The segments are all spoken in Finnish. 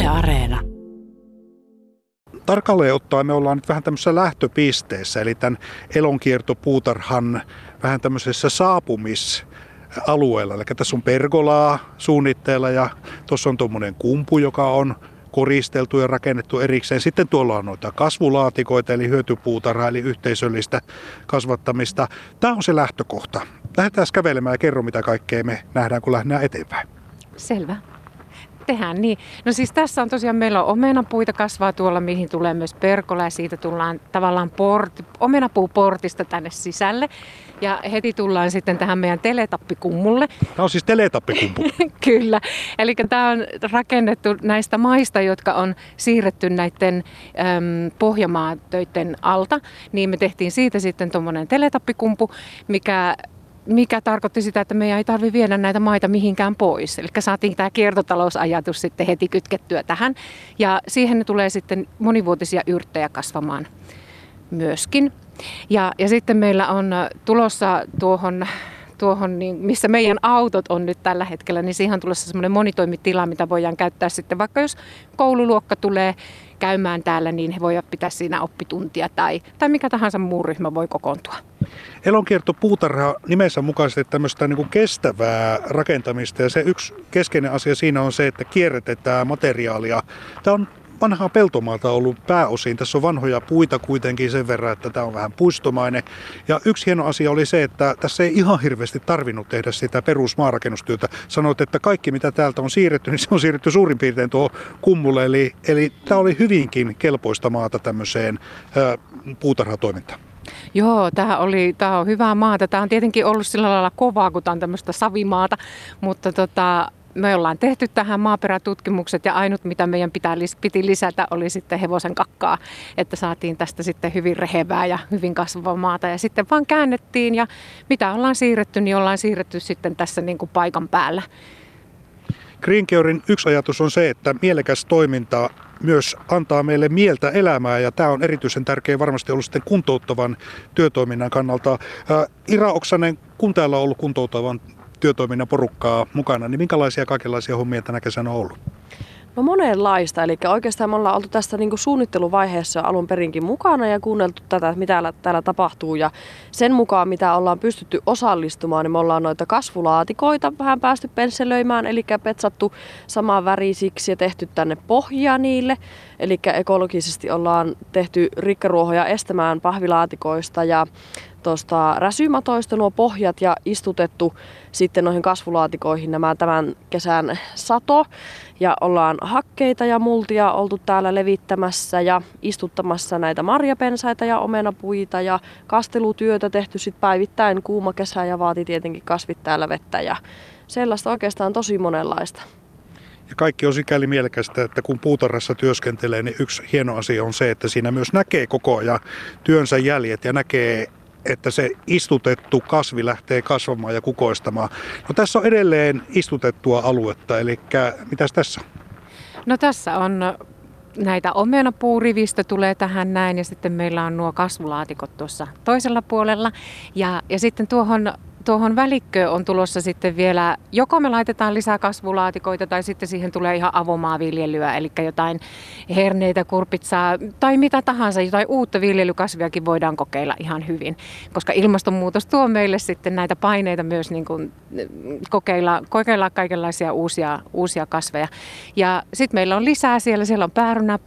Yle Areena. Tarkalleen ottaen me ollaan nyt vähän tämmöisessä lähtöpisteessä, eli tämän elonkiertopuutarhan vähän tämmöisessä saapumisalueella. Eli tässä on pergolaa suunnitteilla ja tuossa on tuommoinen kumpu, joka on koristeltu ja rakennettu erikseen. Sitten tuolla on noita kasvulaatikoita, eli hyötypuutarhaa, eli yhteisöllistä kasvattamista. Tämä on se lähtökohta. Lähdetään kävelemään ja kerro, mitä kaikkea me nähdään, kun lähdetään eteenpäin. Selvä. Tehdään niin. No siis tässä on tosiaan, meillä on omenapuita kasvaa tuolla, mihin tulee myös pergola ja siitä tullaan tavallaan omenapuuportista tänne sisälle. Ja heti tullaan sitten tähän meidän teletappikummulle. Tämä on siis teletappikumpu. Kyllä. Eli tämä on rakennettu näistä maista, jotka on siirretty näiden Pohjanmaa-töiden alta. Niin me tehtiin siitä sitten tuommoinen teletappikumpu, mikä tarkoitti sitä, että meidän ei tarvitse viedä näitä maita mihinkään pois. Eli saatiin tämä kiertotalousajatus sitten heti kytkettyä tähän. Ja siihen ne tulee sitten monivuotisia yrttejä kasvamaan myöskin. Ja sitten meillä on tulossa tuohon niin missä meidän autot on nyt tällä hetkellä, niin siihen on tulossa semmoinen monitoimitila, mitä voidaan käyttää sitten, vaikka jos koululuokka tulee käymään täällä, niin he voivat pitää siinä oppituntia tai mikä tahansa muu ryhmä voi kokoontua. Elonkiertopuutarha nimensä mukaisesti tämmöistä niin kuin kestävää rakentamista ja se yksi keskeinen asia siinä on se, että kierrätetään materiaalia. Tämä on vanhaa peltomaalta ollut pääosin. Tässä on vanhoja puita kuitenkin sen verran, että tämä on vähän puistomainen. Ja yksi hieno asia oli se, että tässä ei ihan hirveästi tarvinnut tehdä sitä perusmaarakennustyötä. Sanoit, että kaikki mitä täältä on siirretty, niin se on siirretty suurin piirtein tuohon kummulle. Eli tämä oli hyvinkin kelpoista maata tämmöiseen puutarhatoimintaan. Joo, tämä on hyvää maata. Tämä on tietenkin ollut sillä lailla kovaa, kun tämä on tämmöistä savimaata, mutta me ollaan tehty tähän maaperätutkimukset ja ainut mitä meidän piti lisätä oli sitten hevosen kakkaa, että saatiin tästä sitten hyvin rehevää ja hyvin kasvavaa maata ja sitten vaan käännettiin ja mitä ollaan siirretty, niin ollaan siirretty sitten tässä niin kuin paikan päällä. Greenkeorin yksi ajatus on se, että mielekäs toiminta myös antaa meille mieltä elämää ja tämä on erityisen tärkeä varmasti ollut sitten kuntouttavan työtoiminnan kannalta. Ira Oksanen, kun täällä on ollut kuntouttavan työtoiminnan porukkaa mukana, niin minkälaisia kaikenlaisia hommia tänä kesänä on ollut? No monenlaista, eli oikeastaan me ollaan oltu tässä niin kuin suunnitteluvaiheessa alun perinkin mukana ja kuunneltu tätä, että mitä täällä tapahtuu ja sen mukaan mitä ollaan pystytty osallistumaan, niin me ollaan noita kasvulaatikoita vähän päästy pensselöimään, eli petsattu saman värisiksi ja tehty tänne pohjia niille, eli ekologisesti ollaan tehty rikkaruohoja estämään pahvilaatikoista ja tuosta räsymatoista nuo pohjat ja istutettu sitten noihin kasvulaatikoihin nämä tämän kesän sato. Ja ollaan hakkeita ja multia oltu täällä levittämässä ja istuttamassa näitä marjapensaita ja omenapuita ja kastelutyötä tehty sitten päivittäin. Kuuma kesä ja vaati tietenkin kasvit täällä vettä ja sellaista oikeastaan tosi monenlaista. Ja kaikki on sikäli mielekästä, että kun puutarhassa työskentelee, niin yksi hieno asia on se, että siinä myös näkee koko ajan työnsä jäljet ja näkee, että se istutettu kasvi lähtee kasvamaan ja kukoistamaan. No tässä on edelleen istutettua aluetta, eli mitäs tässä on? No tässä on näitä omenapuurivistö tulee tähän näin ja sitten meillä on nuo kasvulaatikot tuossa toisella puolella ja sitten tuohon välikköön on tulossa sitten vielä, joko me laitetaan lisää kasvulaatikoita tai sitten siihen tulee ihan avomaanviljelyä, eli jotain herneitä, kurpitsaa tai mitä tahansa, jotain uutta viljelykasviakin voidaan kokeilla ihan hyvin, koska ilmastonmuutos tuo meille sitten näitä paineita myös niin kuin kokeilla kaikenlaisia uusia kasveja. Ja sitten meillä on lisää siellä on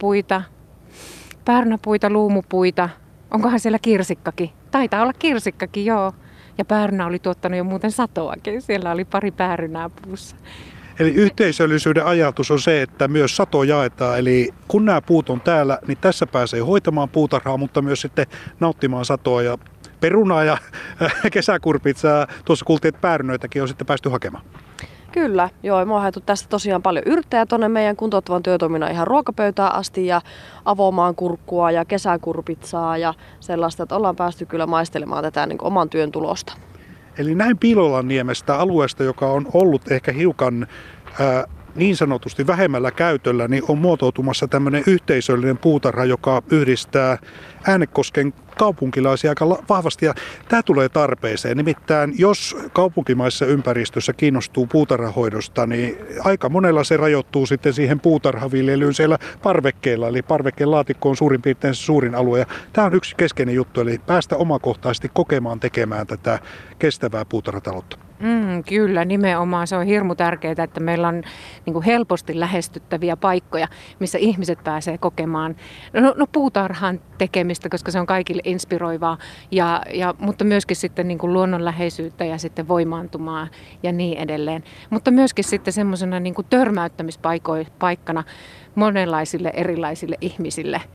päärynäpuita, luumupuita, onkohan siellä kirsikkakin? Taitaa olla kirsikkakin, joo. Ja päärynä oli tuottanut jo muuten satoakin. Siellä oli pari päärynää puussa. Eli yhteisöllisyyden ajatus on se, että myös sato jaetaan. Eli kun nämä puut on täällä, niin tässä pääsee hoitamaan puutarhaa, mutta myös sitten nauttimaan satoa ja perunaa ja kesäkurpitsaa. Tuossa kuultiin, että päärynöitäkin on sitten päästy hakemaan. Kyllä, joo. Me on haettu tästä tosiaan paljon yrttejä tuonne meidän kuntouttavan työtoiminnan ihan ruokapöytään asti ja avomaan kurkkua ja kesäkurpitsaa ja sellaista, että ollaan päästy kyllä maistelemaan tätä niin kuin oman työn tulosta. Eli näin Piilolanniemestä alueesta, joka on ollut ehkä hiukan niin sanotusti vähemmällä käytöllä, niin on muotoutumassa tämmöinen yhteisöllinen puutarha, joka yhdistää Äänekosken kaupunkilaisia aika vahvasti ja tämä tulee tarpeeseen. Nimittäin jos kaupunkimaisessa ympäristössä kiinnostuu puutarhahoidosta, niin aika monella se rajoittuu sitten siihen puutarhaviljelyyn siellä parvekkeella. Eli parvekkeen laatikko on suurin piirtein se suurin alue ja tämä on yksi keskeinen juttu, eli päästä omakohtaisesti kokemaan tekemään tätä kestävää puutarhataloutta. Kyllä, nimenomaan. Se on hirmu tärkeää, että meillä on niin kuin helposti lähestyttäviä paikkoja, missä ihmiset pääsee kokemaan puutarhan tekemistä, koska se on kaikille inspiroivaa, mutta myöskin sitten niin kuin luonnonläheisyyttä ja sitten voimaantumaa ja niin edelleen. Mutta myöskin sitten semmoisena niin kuin törmäyttämispaikkana monenlaisille erilaisille ihmisille.